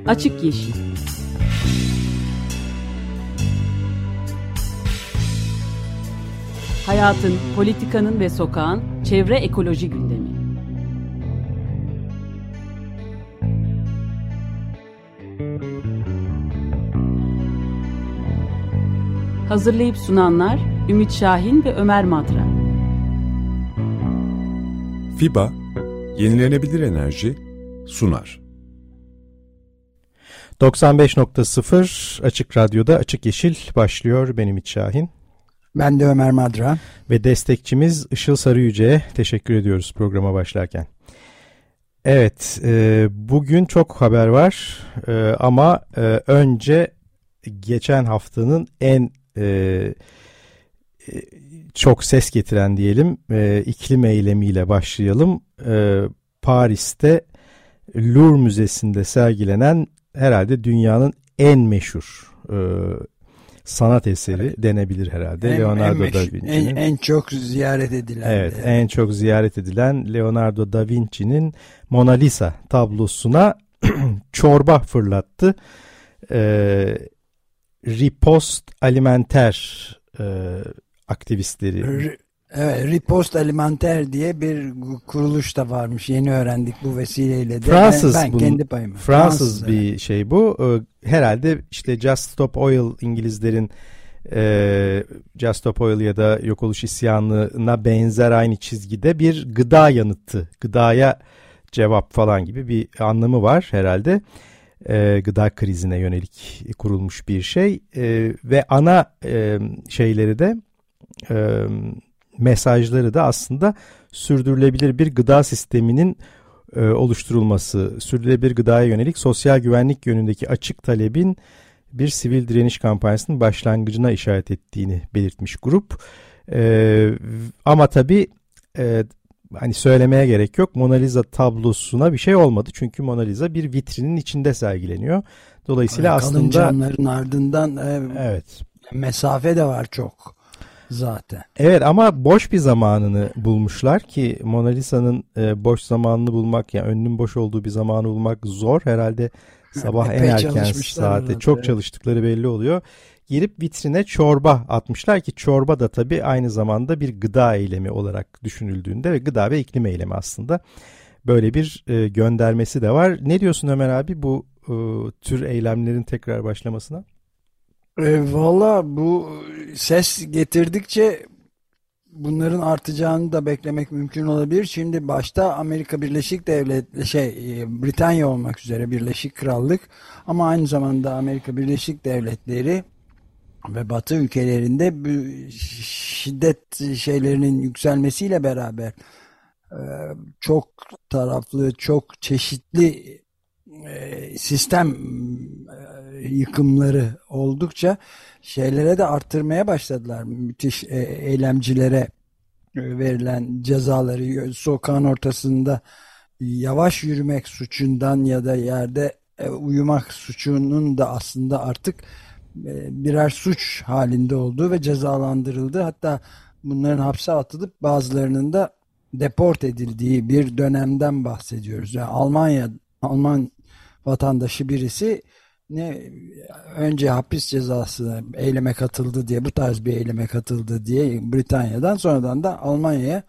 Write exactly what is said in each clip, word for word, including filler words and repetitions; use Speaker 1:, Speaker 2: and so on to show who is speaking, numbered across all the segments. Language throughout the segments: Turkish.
Speaker 1: Açık Yeşil. Hayatın, politikanın ve sokağın çevre ekoloji gündemi. Hazırlayıp sunanlar Ümit Şahin ve Ömer Madra.
Speaker 2: Fiba, yenilenebilir enerji sunar.
Speaker 3: doksan beş nokta sıfır Açık Radyo'da Açık Yeşil başlıyor. Ben Ümit Şahin.
Speaker 4: Ben de Ömer Madra.
Speaker 3: Ve destekçimiz Işıl Sarıyüce'ye teşekkür ediyoruz programa başlarken. Evet, e, bugün çok haber var e, ama e, önce geçen haftanın en e, e, çok ses getiren diyelim e, iklim eylemiyle başlayalım. E, Paris'te Louvre Müzesi'nde sergilenen herhalde dünyanın en meşhur e, sanat eseri evet. denebilir herhalde.
Speaker 4: En,
Speaker 3: Leonardo
Speaker 4: en,
Speaker 3: da Vinci'nin.
Speaker 4: En, en çok ziyaret edilen.
Speaker 3: Evet, de. en çok ziyaret edilen Leonardo da Vinci'nin Mona Lisa tablosuna çorba fırlattı. Ee, Riposte Alimentaire e, aktivistleri.
Speaker 4: R- evet, Riposte Alimentaire diye bir kuruluş da varmış. Yeni öğrendik bu vesileyle de.
Speaker 3: Fransız
Speaker 4: ben, ben
Speaker 3: bunun,
Speaker 4: kendi payımı.
Speaker 3: Fransız, Fransız bir
Speaker 4: evet.
Speaker 3: şey bu. Ee, herhalde işte Just Stop Oil İngilizlerin e, Just Stop Oil ya da Yok Oluş İsyanı'na benzer aynı çizgide bir gıda yanıtı, gıdaya cevap falan gibi bir anlamı var herhalde. E, gıda krizine yönelik kurulmuş bir şey e, ve ana e, şeyleri de e, mesajları da aslında sürdürülebilir bir gıda sisteminin e, oluşturulması, sürdürülebilir gıdaya yönelik sosyal güvenlik yönündeki açık talebin bir sivil direniş kampanyasının başlangıcına işaret ettiğini belirtmiş grup. E, ama tabii e, hani söylemeye gerek yok, Mona Lisa tablosuna bir şey olmadı. Çünkü Mona Lisa bir vitrinin içinde sergileniyor. Dolayısıyla
Speaker 4: kalın
Speaker 3: aslında...
Speaker 4: camların ardından e,
Speaker 3: evet.
Speaker 4: mesafe de var çok zaten.
Speaker 3: Evet ama boş bir zamanını bulmuşlar ki Mona Lisa'nın e, boş zamanını bulmak, yani önünün boş olduğu bir zamanı bulmak zor. Herhalde sabah en erken saatte çok evet. çalıştıkları belli oluyor. Girip vitrine çorba atmışlar ki çorba da tabii aynı zamanda bir gıda eylemi olarak düşünüldüğünde ve gıda ve iklim eylemi aslında böyle bir e, göndermesi de var. Ne diyorsun Ömer abi bu e, tür eylemlerin tekrar başlamasına?
Speaker 4: E, Valla bu ses getirdikçe bunların artacağını da beklemek mümkün olabilir. Şimdi başta Amerika Birleşik Devletleri, şey Britanya olmak üzere Birleşik Krallık ama aynı zamanda Amerika Birleşik Devletleri ve Batı ülkelerinde şiddet şeylerinin yükselmesiyle beraber çok taraflı, çok çeşitli sistem yıkımları oldukça şeylere de arttırmaya başladılar. Müthiş eylemcilere verilen cezaları, sokağın ortasında yavaş yürümek suçundan ya da yerde uyumak suçunun da aslında artık birer suç halinde olduğu ve cezalandırıldığı, hatta bunların hapse atılıp bazılarının da deport edildiği bir dönemden bahsediyoruz. Yani Almanya, Alman vatandaşı birisi ne önce hapis cezası eyleme katıldı diye, bu tarz bir eyleme katıldı diye Britanya'dan, sonradan da Almanya'ya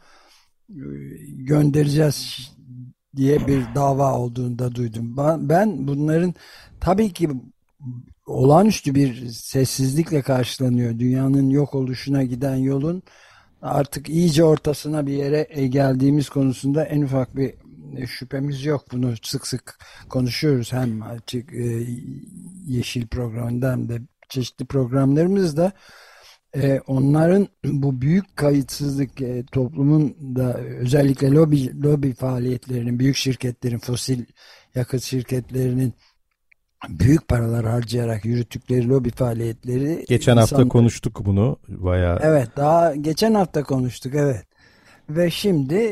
Speaker 4: göndereceğiz diye bir dava olduğunu da duydum. Ben bunların tabii ki olağanüstü bir sessizlikle karşılanıyor. Dünyanın yok oluşuna giden yolun artık iyice ortasına bir yere geldiğimiz konusunda en ufak bir şüphemiz yok. Bunu sık sık konuşuyoruz. Hem açık e, Yeşil programında hem de çeşitli programlarımızda. E, onların bu büyük kayıtsızlık e, toplumun da özellikle lobi, lobi faaliyetlerinin, büyük şirketlerin, fosil yakıt şirketlerinin büyük paralar harcayarak yürüttükleri lobi faaliyetleri.
Speaker 3: Geçen hafta insan... konuştuk bunu bayağı.
Speaker 4: Evet, daha geçen hafta konuştuk, evet. Ve şimdi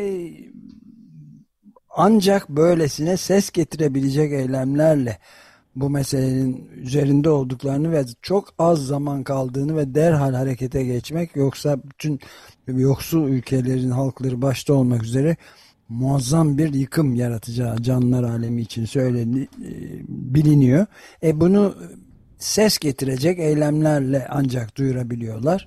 Speaker 4: ancak böylesine ses getirebilecek eylemlerle bu meselenin üzerinde olduklarını ve çok az zaman kaldığını ve derhal harekete geçmek, yoksa bütün yoksul ülkelerin halkları başta olmak üzere muazzam bir yıkım yaratacağı canlılar alemi için söyleni, biliniyor. E bunu ses getirecek eylemlerle ancak duyurabiliyorlar.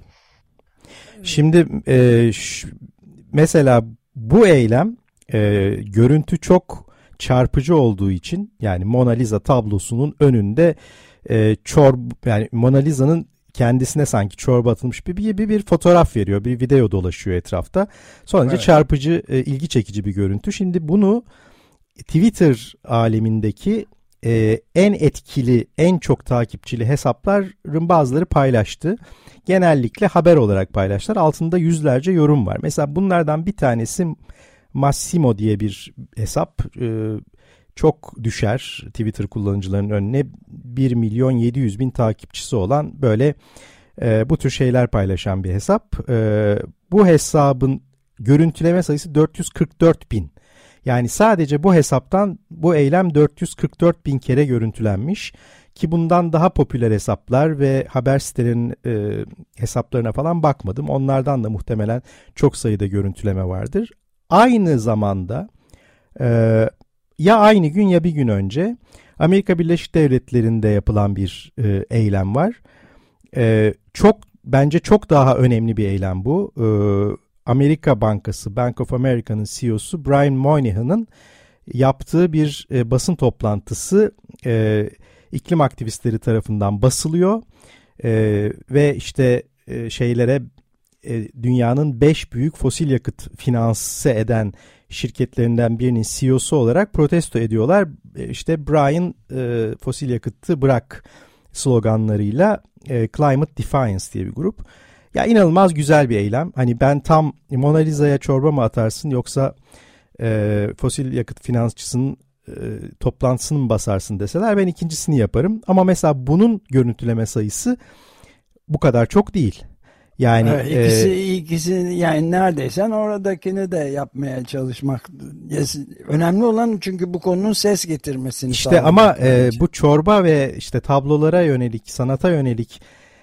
Speaker 3: Şimdi e, ş- mesela bu eylem e, görüntü çok çarpıcı olduğu için, yani Mona Lisa tablosunun önünde e, çorb yani Mona Lisa'nın kendisine sanki çorba atılmış bir, bir, bir fotoğraf veriyor. Bir video dolaşıyor etrafta. Sonuçta evet. çarpıcı, e, ilgi çekici bir görüntü. Şimdi bunu Twitter alemindeki e, en etkili, en çok takipçili hesapların bazıları paylaştı. Genellikle haber olarak paylaştılar. Altında yüzlerce yorum var. Mesela bunlardan bir tanesi Massimo diye bir hesap. E, çok düşer Twitter kullanıcılarının önüne. bir milyon yedi yüz bin takipçisi olan, böyle e, bu tür şeyler paylaşan bir hesap. E, bu hesabın görüntüleme sayısı dört yüz kırk dört bin. Yani sadece bu hesaptan bu eylem dört yüz kırk dört bin kere görüntülenmiş. Ki bundan daha popüler hesaplar ve haber sitelerinin e, hesaplarına falan bakmadım. Onlardan da muhtemelen çok sayıda görüntüleme vardır. Aynı zamanda e, ya aynı gün ya bir gün önce Amerika Birleşik Devletleri'nde yapılan bir e, eylem var. E, çok bence çok daha önemli bir eylem bu. E, Amerika Bankası, Bank of America'nın C E O'su Brian Moynihan'ın yaptığı bir e, basın toplantısı e, iklim aktivistleri tarafından basılıyor e, ve işte e, şeylere e, dünyanın beş büyük fosil yakıt finanse eden şirketlerinden birinin C E O'su olarak protesto ediyorlar. E, işte Brian e, fosil yakıtı bırak sloganlarıyla e, Climate Defiance diye bir grup. Ya inanılmaz güzel bir eylem. Hani ben tam Mona Lisa'ya çorba mı atarsın yoksa e, fosil yakıt finansçısının e, toplantısını mı basarsın deseler ben ikincisini yaparım. Ama mesela bunun görüntüleme sayısı bu kadar çok değil. Yani
Speaker 4: evet, ikisi,
Speaker 3: e,
Speaker 4: ikisi yani neredeyse oradakini de yapmaya çalışmak önemli olan, çünkü bu konunun ses getirmesini
Speaker 3: işte ama e, bu çorba ve işte tablolara yönelik, sanata yönelik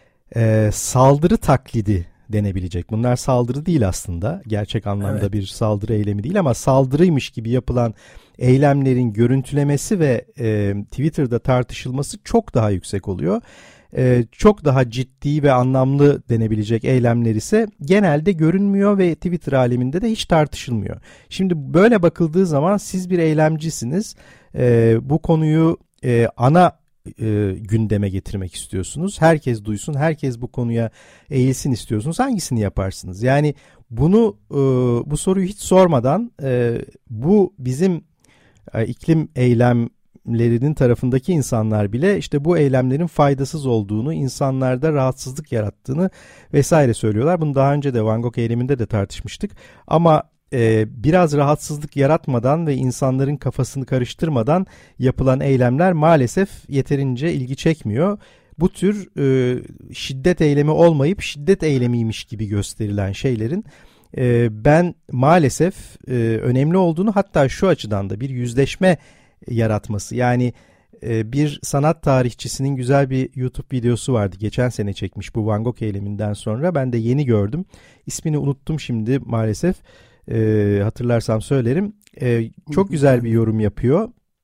Speaker 3: e, saldırı taklidi denebilecek. Bunlar saldırı değil aslında. Gerçek anlamda evet. bir saldırı eylemi değil ama saldırıymış gibi yapılan eylemlerin görüntülemesi ve e, Twitter'da tartışılması çok daha yüksek oluyor. Ee, çok daha ciddi ve anlamlı denebilecek eylemler ise genelde görünmüyor ve Twitter aleminde de hiç tartışılmıyor. Şimdi böyle bakıldığı zaman siz bir eylemcisiniz. Ee, bu konuyu e, ana e, gündeme getirmek istiyorsunuz. Herkes duysun, herkes bu konuya eğilsin istiyorsunuz. Hangisini yaparsınız? Yani bunu e, bu soruyu hiç sormadan e, bu bizim e, iklim eylem lerinin tarafındaki insanlar bile işte bu eylemlerin faydasız olduğunu, insanlarda rahatsızlık yarattığını vesaire söylüyorlar. Bunu daha önce de Van Gogh eyleminde de tartışmıştık. Ama e, biraz rahatsızlık yaratmadan ve insanların kafasını karıştırmadan yapılan eylemler maalesef yeterince ilgi çekmiyor. Bu tür e, şiddet eylemi olmayıp şiddet eylemiymiş gibi gösterilen şeylerin e, ben maalesef e, önemli olduğunu, hatta şu açıdan da bir yüzleşme yaratması. Yani e, bir sanat tarihçisinin güzel bir YouTube videosu vardı. Geçen sene çekmiş bu Van Gogh eyleminden sonra. Ben de yeni gördüm. İsmini unuttum şimdi maalesef. E, hatırlarsam söylerim. E, çok güzel bir yorum yapıyor.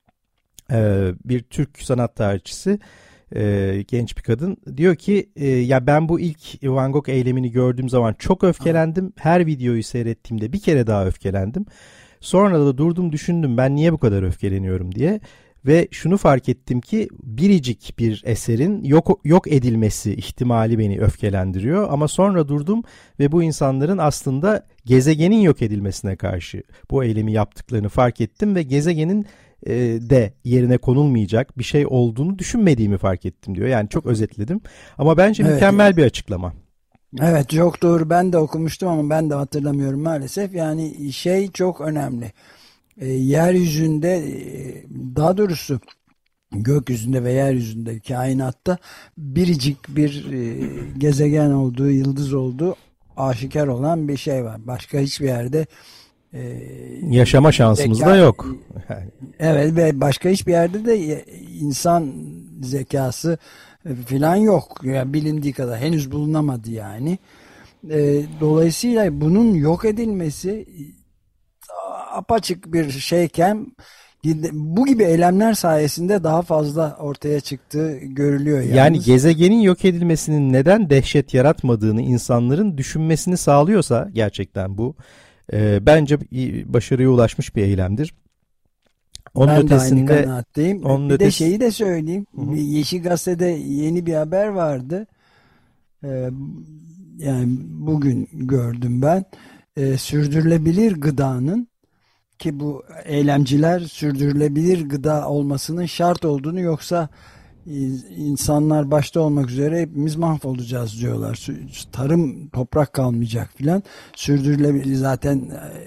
Speaker 3: E, bir Türk sanat tarihçisi, e, genç bir kadın. Diyor ki e, ya ben bu ilk Van Gogh eylemini gördüğüm zaman çok öfkelendim. Her videoyu seyrettiğimde bir kere daha öfkelendim. Sonra da durdum düşündüm ben niye bu kadar öfkeleniyorum diye ve şunu fark ettim ki biricik bir eserin yok yok edilmesi ihtimali beni öfkelendiriyor, ama sonra durdum ve bu insanların aslında gezegenin yok edilmesine karşı bu eylemi yaptıklarını fark ettim ve gezegenin e, de yerine konulmayacak bir şey olduğunu düşünmediğimi fark ettim diyor. Yani çok özetledim ama bence evet, mükemmel evet. bir açıklama.
Speaker 4: Evet, çok doğru. Ben de okumuştum ama ben de hatırlamıyorum maalesef. Yani şey çok önemli. E, yeryüzünde, e, daha doğrusu gökyüzünde ve yeryüzünde, kainatta biricik bir e, gezegen olduğu, yıldız olduğu aşikar olan bir şey var. Başka hiçbir yerde e,
Speaker 3: yaşama şansımız zeka, da yok.
Speaker 4: Evet, ve başka hiçbir yerde de insan zekası filan yok. Yani bilindiği kadar henüz bulunamadı yani. E, dolayısıyla bunun yok edilmesi apaçık bir şeyken bu gibi eylemler sayesinde daha fazla ortaya çıktığı görülüyor. Yalnız.
Speaker 3: Yani gezegenin yok edilmesinin neden dehşet yaratmadığını insanların düşünmesini sağlıyorsa gerçekten bu e, bence başarıya ulaşmış bir eylemdir. Onun
Speaker 4: ben
Speaker 3: ötesinde,
Speaker 4: de aynı kanaatteyim.
Speaker 3: onun
Speaker 4: bir
Speaker 3: ötesi...
Speaker 4: de şeyi de söyleyeyim.
Speaker 3: Hı hı.
Speaker 4: Yeşil Gazete'de yeni bir haber vardı. Ee, yani bugün gördüm ben. Ee, sürdürülebilir gıdanın, ki bu eylemciler sürdürülebilir gıda olmasının şart olduğunu, yoksa insanlar başta olmak üzere hepimiz mahvolacağız diyorlar. Tarım, toprak kalmayacak filan. Sürdürülebilir zaten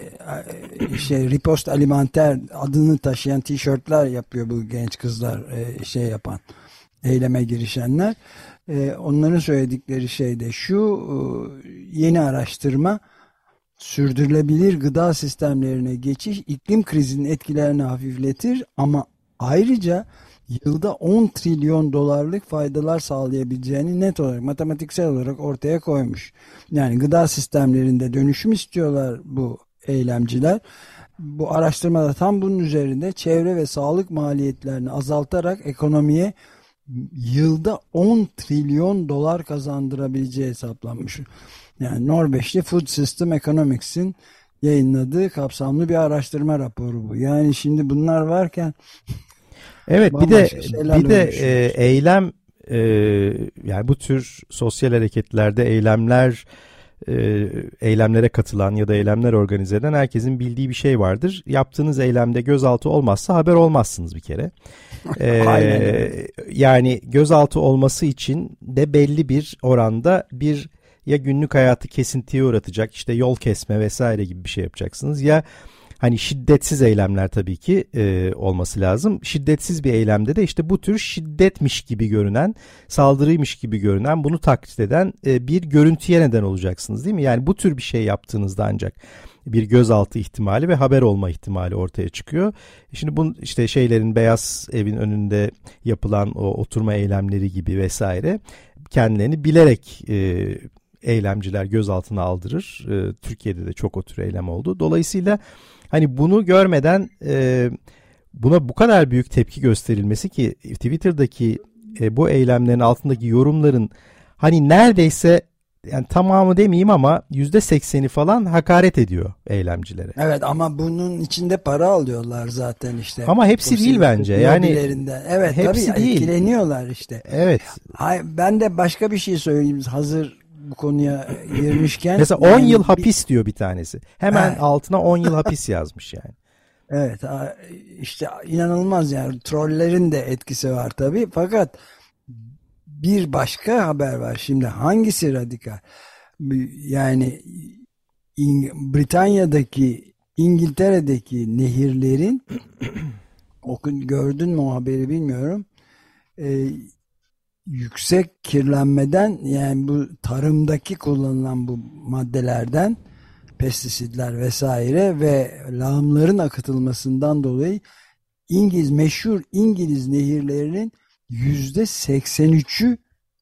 Speaker 4: şey riposte alimenter adını taşıyan tişörtler yapıyor bu genç kızlar, şey yapan, eyleme girişenler. Onların söyledikleri şey de şu: yeni araştırma, sürdürülebilir gıda sistemlerine geçiş iklim krizinin etkilerini hafifletir ama ayrıca yılda on trilyon dolarlık faydalar sağlayabileceğini net olarak, matematiksel olarak ortaya koymuş. Yani gıda sistemlerinde dönüşüm istiyorlar bu eylemciler. Bu araştırmada tam bunun üzerinde çevre ve sağlık maliyetlerini azaltarak ekonomiye yılda on trilyon dolar kazandırabileceği hesaplanmış. Yani Norveçli Food System Economics'in yayınladığı kapsamlı bir araştırma raporu bu. Yani şimdi bunlar varken
Speaker 3: evet, bir de bir de e,
Speaker 4: şey.
Speaker 3: eylem e, yani bu tür sosyal hareketlerde eylemler e, eylemlere katılan ya da eylemler organize eden herkesin bildiği bir şey vardır. Yaptığınız eylemde gözaltı olmazsa haber olmazsınız bir kere. e, yani gözaltı olması için de belli bir oranda bir, ya günlük hayatı kesintiye uğratacak, işte yol kesme vesaire gibi bir şey yapacaksınız, ya hani şiddetsiz eylemler tabii ki e, olması lazım. Şiddetsiz bir eylemde de işte bu tür şiddetmiş gibi görünen, saldırıymış gibi görünen, bunu taklit eden e, bir görüntüye neden olacaksınız, değil mi? Yani bu tür bir şey yaptığınızda ancak bir gözaltı ihtimali ve haber olma ihtimali ortaya çıkıyor. Şimdi bu işte şeylerin, Beyaz Evin önünde yapılan o oturma eylemleri gibi vesaire, kendilerini bilerek e, eylemciler gözaltına aldırır. E, Türkiye'de de çok o tür eylem oldu. Dolayısıyla hani bunu görmeden e, buna bu kadar büyük tepki gösterilmesi, ki Twitter'daki e, bu eylemlerin altındaki yorumların hani neredeyse, yani tamamı demeyeyim ama yüzde sekseni falan hakaret ediyor eylemcilere.
Speaker 4: Evet, ama bunun içinde para alıyorlar zaten işte.
Speaker 3: Ama hepsi
Speaker 4: bu
Speaker 3: değil bence. Yani
Speaker 4: evet,
Speaker 3: hepsi
Speaker 4: tabii
Speaker 3: değil.
Speaker 4: Etkileniyorlar işte.
Speaker 3: Evet.
Speaker 4: Hay, ben de başka bir şey söyleyeyim hazır bu konuya girmişken.
Speaker 3: Mesela on
Speaker 4: yani
Speaker 3: yıl
Speaker 4: bir...
Speaker 3: hapis diyor bir tanesi. Hemen
Speaker 4: evet.
Speaker 3: altına on yıl hapis yazmış yani.
Speaker 4: Evet, işte inanılmaz yani, trollerin de etkisi var tabii. Fakat bir başka haber var şimdi, hangisi radikal? Yani Britanya'daki, İngiltere'deki nehirlerin okun gördün mü o haberi bilmiyorum. Ee, yüksek kirlenmeden, yani bu tarımdaki kullanılan bu maddelerden, pestisitler vesaire ve lağımların akıtılmasından dolayı İngiliz, meşhur İngiliz nehirlerinin yüzde seksen üçü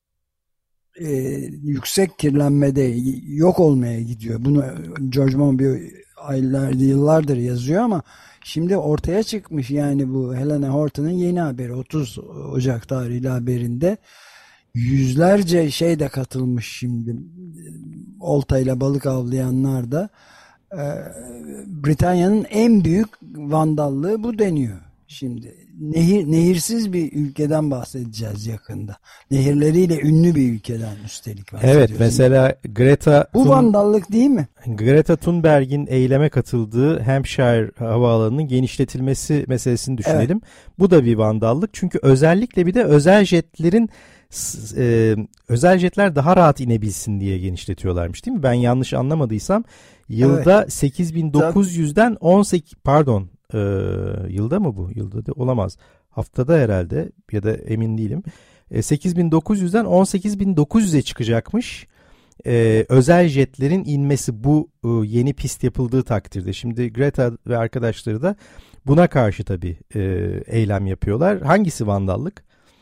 Speaker 4: e, yüksek kirlenmede yok olmaya gidiyor. Bunu George Monbiot aylar, yıllardır yazıyor ama şimdi ortaya çıkmış. Yani bu Helena Horton'un yeni haberi, otuz Ocak tarihli haberinde yüzlerce şey de katılmış şimdi, oltayla balık avlayanlar da. e, Britanya'nın en büyük vandallığı bu deniyor. Şimdi nehir, nehirsiz bir ülkeden bahsedeceğiz yakında. Nehirleriyle ünlü bir ülkeden üstelik bahsediyoruz.
Speaker 3: Evet, mesela Greta
Speaker 4: bu
Speaker 3: Thun,
Speaker 4: vandallık değil mi?
Speaker 3: Greta Thunberg'in eyleme katıldığı Hampshire havaalanının genişletilmesi meselesini düşünelim. Evet. Bu da bir vandallık. Çünkü özellikle bir de özel jetlerin e, özel jetler daha rahat inebilsin diye genişletiyorlarmış, değil mi? Ben yanlış anlamadıysam yılda evet. sekiz bin dokuz yüzden on sekiz pardon Ee, yılda mı bu? Yılda da olamaz. Haftada herhalde, ya da emin değilim. Ee, sekiz bin dokuz yüzden on sekiz bin dokuz yüze çıkacakmış. Ee, özel jetlerin inmesi bu e, yeni pist yapıldığı takdirde. Şimdi Greta ve arkadaşları da buna karşı tabii e, eylem yapıyorlar. Hangisi vandallık?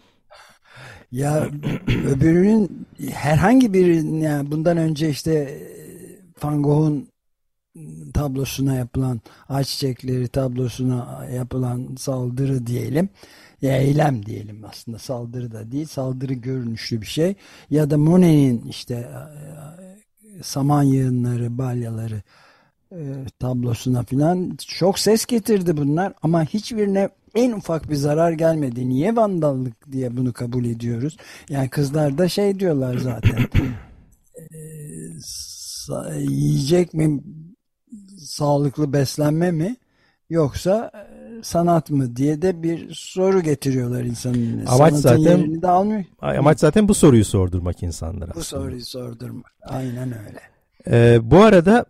Speaker 4: Ya öbürünün herhangi bir, yani bundan önce işte Van Gogh'un tablosuna yapılan, ayçiçekleri tablosuna yapılan saldırı diyelim. Ya eylem diyelim, aslında saldırı da değil, saldırı görünüşlü bir şey. Ya da Monet'in işte saman yığınları, balyaları e, tablosuna filan çok ses getirdi bunlar ama hiçbirine en ufak bir zarar gelmedi. Niye vandallık diye bunu kabul ediyoruz? Yani kızlar da şey diyorlar zaten. e, yiyecek mi, sağlıklı beslenme mi, yoksa sanat mı diye de bir soru getiriyorlar insanın.
Speaker 3: Amaç
Speaker 4: Sanatın
Speaker 3: zaten
Speaker 4: yerini de almıyor.
Speaker 3: Amaç zaten bu soruyu sordurmak insanlara.
Speaker 4: Bu
Speaker 3: aslında.
Speaker 4: soruyu sordurmak. Aynen öyle.
Speaker 3: Ee, bu arada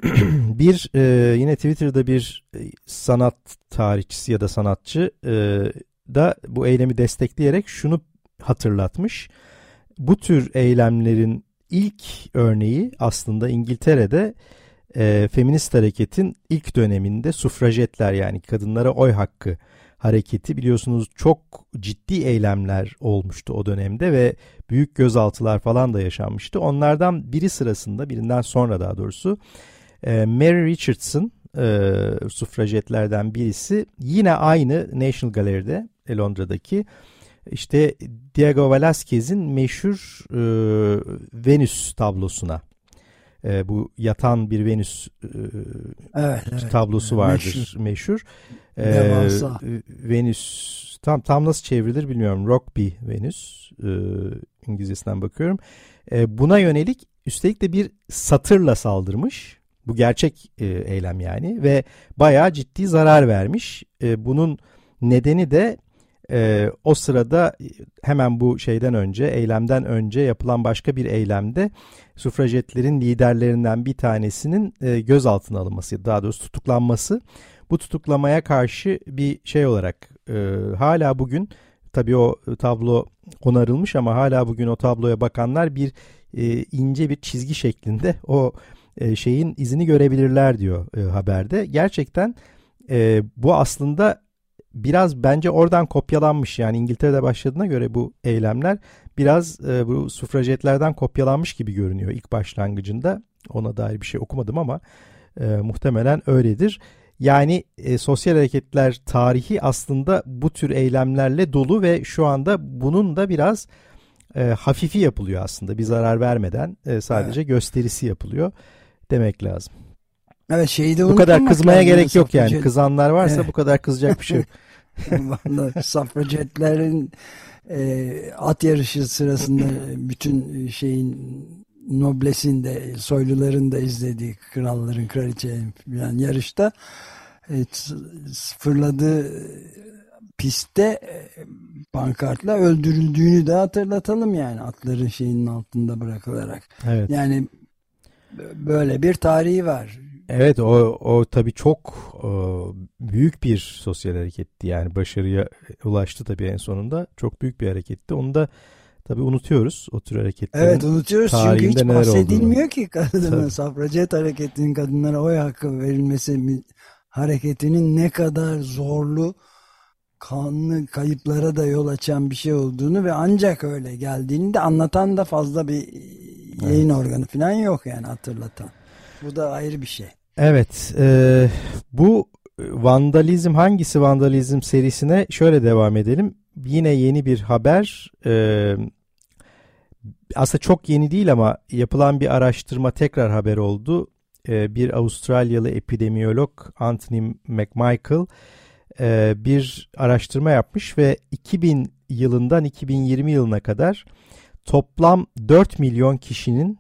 Speaker 3: bir e, yine Twitter'da bir sanat tarihçisi ya da sanatçı e, da bu eylemi destekleyerek şunu hatırlatmış. Bu tür eylemlerin ilk örneği aslında İngiltere'de e, feminist hareketin ilk döneminde sufrajetler, yani kadınlara oy hakkı hareketi, biliyorsunuz çok ciddi eylemler olmuştu o dönemde ve büyük gözaltılar falan da yaşanmıştı. Onlardan biri sırasında, birinden sonra daha doğrusu e, Mary Richardson, e, sufrajetlerden birisi, yine aynı National Gallery'de, Londra'daki işte Diego Velázquez'in meşhur e, Venüs tablosuna, e, bu yatan bir Venüs e,
Speaker 4: evet, evet,
Speaker 3: tablosu vardır,
Speaker 4: meşhur.
Speaker 3: meşhur.
Speaker 4: E,
Speaker 3: Venüs tam tam nasıl çevrilir bilmiyorum. Rockby Venüs, e, İngilizcesinden bakıyorum. E, buna yönelik üstelik de bir satırla saldırmış. Bu gerçek e, eylem yani ve bayağı ciddi zarar vermiş. E, bunun nedeni de e, o sırada hemen bu şeyden önce, eylemden önce yapılan başka bir eylemde sufrajetlerin liderlerinden bir tanesinin e, gözaltına alınması, daha doğrusu tutuklanması. Bu tutuklamaya karşı bir şey olarak e, hala bugün, tabii o tablo onarılmış ama hala bugün o tabloya bakanlar bir e, ince bir çizgi şeklinde o e, şeyin izini görebilirler diyor e, haberde. Gerçekten e, bu aslında biraz bence oradan kopyalanmış, yani İngiltere'de başladığına göre bu eylemler biraz e, bu sufrajetlerden kopyalanmış gibi görünüyor ilk başlangıcında. Ona dair bir şey okumadım ama e, muhtemelen öyledir. Yani e, sosyal hareketler tarihi aslında bu tür eylemlerle dolu ve şu anda bunun da biraz e, hafifi yapılıyor aslında. Bir zarar vermeden e, sadece evet. gösterisi yapılıyor demek lazım.
Speaker 4: Evet, şeyi de
Speaker 3: bu kadar kızmaya gerek yok
Speaker 4: safracet...
Speaker 3: yani. Kızanlar varsa evet. bu kadar kızacak bir şey yok.
Speaker 4: Safracetlerin e, at yarışı sırasında bütün şeyin, noblesin de, soyluların da izlediği, kralların, kraliçelerin falan yarışta e, fırladığı pistte e, pankartla öldürüldüğünü de hatırlatalım, yani atların şeyinin altında bırakılarak. Evet. Yani böyle bir tarihi var.
Speaker 3: Evet, o o tabii çok e, büyük bir sosyal hareketti, yani başarıya ulaştı tabii en sonunda. Çok büyük bir hareketti. Onu da tabii unutuyoruz, o tür hareketlerin.
Speaker 4: Evet, unutuyoruz çünkü hiç bahsedilmiyor ki kadının, safracet hareketinin, kadınlara oy hakkı verilmesi hareketinin ne kadar zorlu, kanlı kayıplara da yol açan bir şey olduğunu ve ancak öyle geldiğini de anlatan da fazla bir yayın evet. organı falan yok yani hatırlatan. Bu da ayrı bir şey. Evet,
Speaker 3: e, bu vandalizm, hangisi vandalizm serisine şöyle devam edelim. Yine yeni bir haber, e, aslında çok yeni değil ama yapılan bir araştırma tekrar haber oldu. E, bir Avustralyalı epidemiyolog Anthony McMichael e, bir araştırma yapmış ve iki bin yılından iki bin yirmi yılına kadar toplam dört milyon kişinin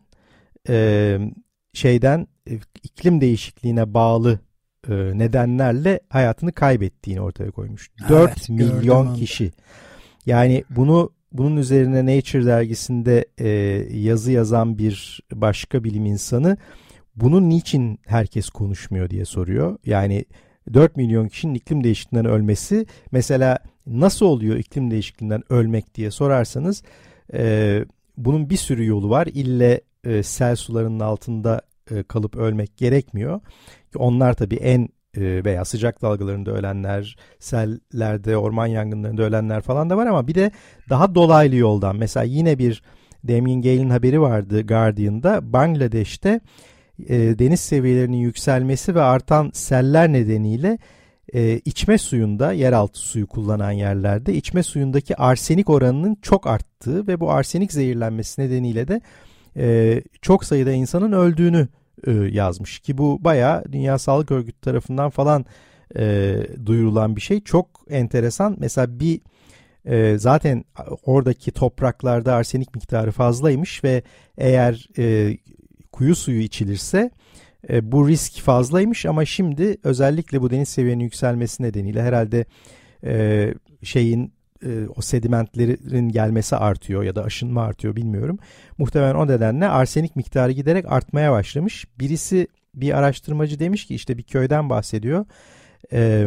Speaker 3: e, şeyden iklim değişikliğine bağlı e, nedenlerle hayatını kaybettiğini ortaya koymuş. Evet, dört milyon kişi. Yani bunu bunun üzerine Nature dergisinde e, yazı yazan bir başka bilim insanı bunun niçin herkes konuşmuyor diye soruyor. Yani dört milyon kişinin iklim değişikliğinden ölmesi, mesela nasıl oluyor iklim değişikliğinden ölmek diye sorarsanız e, bunun bir sürü yolu var. İlle e, sel sularının altında e, kalıp ölmek gerekmiyor. Onlar tabii en e, veya sıcak dalgalarında ölenler, sellerde, orman yangınlarında ölenler falan da var ama bir de daha dolaylı yoldan. Mesela yine bir Damien Gale'in haberi vardı Guardian'da. Bangladeş'te e, deniz seviyelerinin yükselmesi ve artan seller nedeniyle e, içme suyunda, yeraltı suyu kullanan yerlerde içme suyundaki arsenik oranının çok arttığı ve bu arsenik zehirlenmesi nedeniyle de e, çok sayıda insanın öldüğünü e, yazmış ki bu bayağı Dünya Sağlık Örgütü tarafından falan e, duyurulan bir şey. Çok enteresan. Mesela bir e, zaten oradaki topraklarda arsenik miktarı fazlaymış ve eğer e, kuyu suyu içilirse e, bu risk fazlaymış ama şimdi özellikle bu deniz seviyenin yükselmesi nedeniyle herhalde e, şeyin e, o sedimentlerin gelmesi artıyor ya da aşınma artıyor bilmiyorum. Muhtemelen o nedenle arsenik miktarı giderek artmaya başlamış. Birisi bir araştırmacı demiş ki işte bir köyden bahsediyor. E,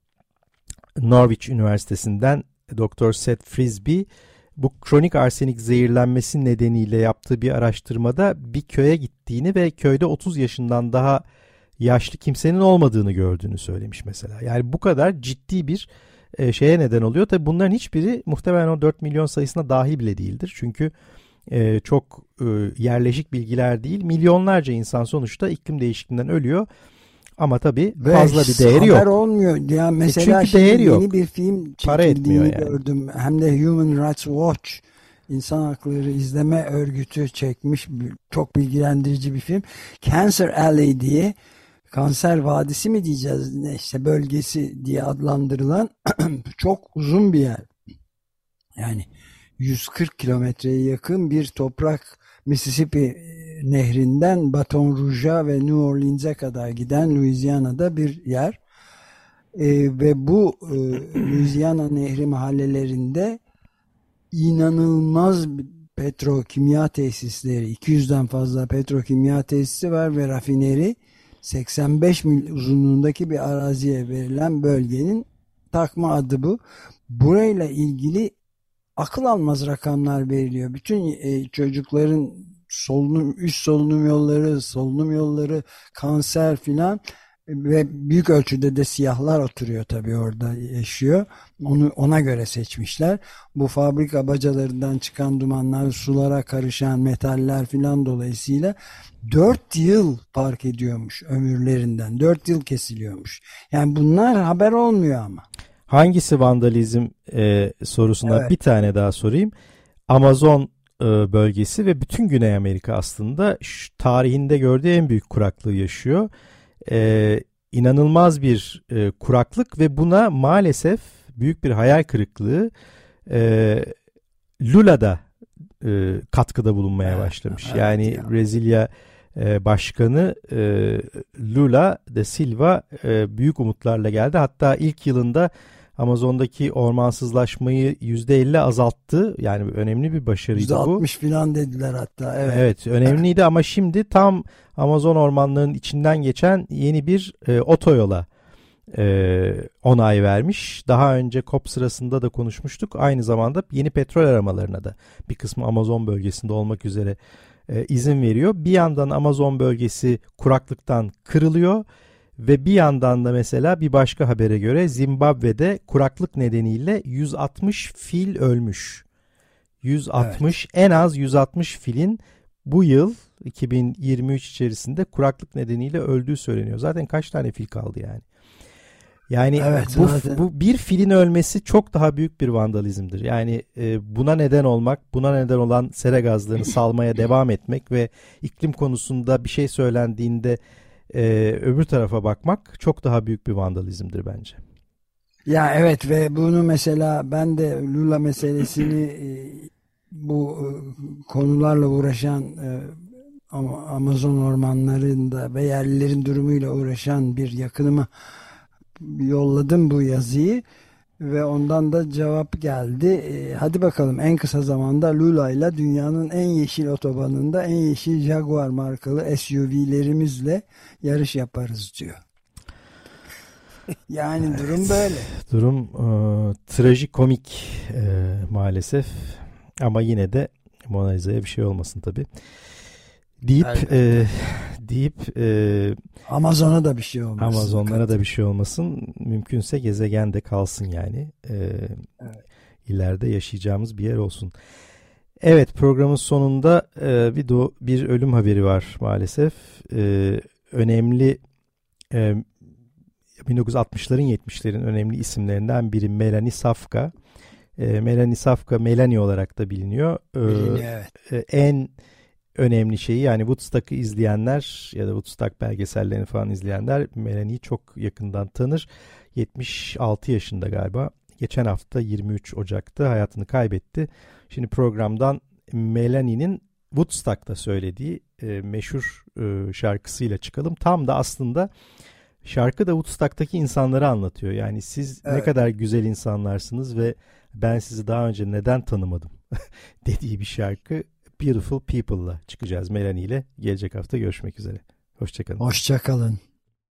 Speaker 3: Norwich Üniversitesi'nden Doktor Seth Frisbee bu kronik arsenik zehirlenmesi nedeniyle yaptığı bir araştırmada bir köye gittiğini ve köyde otuz yaşından daha yaşlı kimsenin olmadığını gördüğünü söylemiş mesela. Yani bu kadar ciddi bir e, şeye neden oluyor. Tabii bunların hiçbiri muhtemelen o dört milyon sayısına dahi bile değildir. Çünkü e, çok e, yerleşik bilgiler değil. Milyonlarca insan sonuçta iklim değişikliğinden ölüyor. Ama tabii fazla bir değeri yok.
Speaker 4: Haber olmuyor. Yani mesela
Speaker 3: e çünkü değeri
Speaker 4: yeni
Speaker 3: yok.
Speaker 4: bir film
Speaker 3: Para etmiyor
Speaker 4: çekildiğini
Speaker 3: yani.
Speaker 4: gördüm. Hem de Human Rights Watch, İnsan Hakları İzleme Örgütü çekmiş. Çok bilgilendirici bir film. Cancer Alley diye, Kanser Vadisi mi diyeceğiz, ne işte bölgesi diye adlandırılan çok uzun bir yer. Yani yüz kırk kilometreye yakın bir toprak, Mississippi nehrinden Baton Rouge'a ve New Orleans'e kadar giden Louisiana'da bir yer. E, ve bu e, Louisiana nehri mahallelerinde inanılmaz petrokimya tesisleri, iki yüzden fazla petrokimya tesisi var ve rafineri, seksen beş mil uzunluğundaki bir araziye verilen bölgenin takma adı bu. Burayla ilgili akıl almaz rakamlar veriliyor. Bütün e, çocukların solunum, üst solunum yolları, solunum yolları, kanser filan ve büyük ölçüde de siyahlar oturuyor tabii, orada yaşıyor. Onu ona göre seçmişler. Bu fabrika bacalarından çıkan dumanlar, sulara karışan metaller filan dolayısıyla dört yıl fark ediyormuş ömürlerinden. dört yıl kesiliyormuş. Yani bunlar haber olmuyor ama.
Speaker 3: Hangisi vandalizm e, sorusuna
Speaker 4: Evet.
Speaker 3: bir tane daha sorayım. Amazon e, bölgesi ve bütün Güney Amerika aslında şu, tarihinde gördüğü en büyük kuraklığı yaşıyor. E, inanılmaz bir e, kuraklık ve buna maalesef büyük bir hayal kırıklığı e, Lula'da e, katkıda bulunmaya başlamış.
Speaker 4: Evet,
Speaker 3: yani
Speaker 4: ya.
Speaker 3: Brezilya e, Başkanı e, Lula da Silva e, büyük umutlarla geldi. Hatta ilk yılında Amazon'daki ormansızlaşmayı yüzde elli azalttı. Yani önemli bir başarıydı
Speaker 4: yüzde
Speaker 3: bu.
Speaker 4: yüzde altmış falan dediler hatta. Evet.
Speaker 3: Evet, önemliydi ama şimdi tam Amazon ormanlarının içinden geçen yeni bir e, otoyola e, onay vermiş. Daha önce COP sırasında da konuşmuştuk. Aynı zamanda yeni petrol aramalarına da bir kısmı Amazon bölgesinde olmak üzere e, izin veriyor. Bir yandan Amazon bölgesi kuraklıktan kırılıyor. Ve bir yandan da mesela bir başka habere göre Zimbabwe'de kuraklık nedeniyle yüz altmış fil ölmüş. yüz altmış evet. En az yüz altmış filin bu yıl iki bin yirmi üç içerisinde kuraklık nedeniyle öldüğü söyleniyor. Zaten kaç tane fil kaldı yani? Yani
Speaker 4: evet,
Speaker 3: bu,
Speaker 4: zaten.
Speaker 3: bu bir filin ölmesi çok daha büyük bir vandalizmdir. Yani e, buna neden olmak, buna neden olan sera gazlarını salmaya devam etmek ve iklim konusunda bir şey söylendiğinde Ee, öbür tarafa bakmak çok daha büyük bir vandalizmdir bence.
Speaker 4: Ya evet, ve bunu mesela ben de Lula meselesini e, bu e, konularla uğraşan e, Amazon ormanlarında ve yerlilerin durumuyla uğraşan bir yakınıma yolladım bu yazıyı ve ondan da cevap geldi. E, hadi bakalım, en kısa zamanda Lula ile dünyanın en yeşil otobanında en yeşil Jaguar markalı S U V'lerimizle yarış yaparız diyor. Yani evet, durum böyle.
Speaker 3: Durum e, trajikomik e, maalesef, ama yine de Mona Lisa'ya bir şey olmasın tabii. Deyip e, deyip e,
Speaker 4: Amazon'a da bir şey olmasın.
Speaker 3: Amazonlara da bir şey olmasın. Mümkünse gezegende kalsın yani. E, evet. İleride yaşayacağımız bir yer olsun. Evet, programın sonunda e, bir do, bir ölüm haberi var maalesef. E, önemli e, bin dokuz yüz altmışların yetmişlerin önemli isimlerinden biri Melanie Safka. E, Melanie Safka, Melanie olarak da biliniyor. E,
Speaker 4: Biliniyor, evet.
Speaker 3: e, en önemli şeyi, yani Woodstock'ı izleyenler ya da Woodstock belgesellerini falan izleyenler Melanie'yi çok yakından tanır. yetmiş altı yaşında galiba. Geçen hafta yirmi üç Ocak'ta hayatını kaybetti. Şimdi programdan Melanie'nin Woodstock'ta söylediği e, meşhur e, şarkısıyla çıkalım. Tam da aslında şarkı da Woodstock'taki insanları anlatıyor. Yani siz evet. ne kadar güzel insanlarsınız ve ben sizi daha önce neden tanımadım dediği bir şarkı. Beautiful People'la çıkacağız Melanie ile. Gelecek hafta görüşmek üzere. Hoşçakalın.
Speaker 4: Hoşçakalın.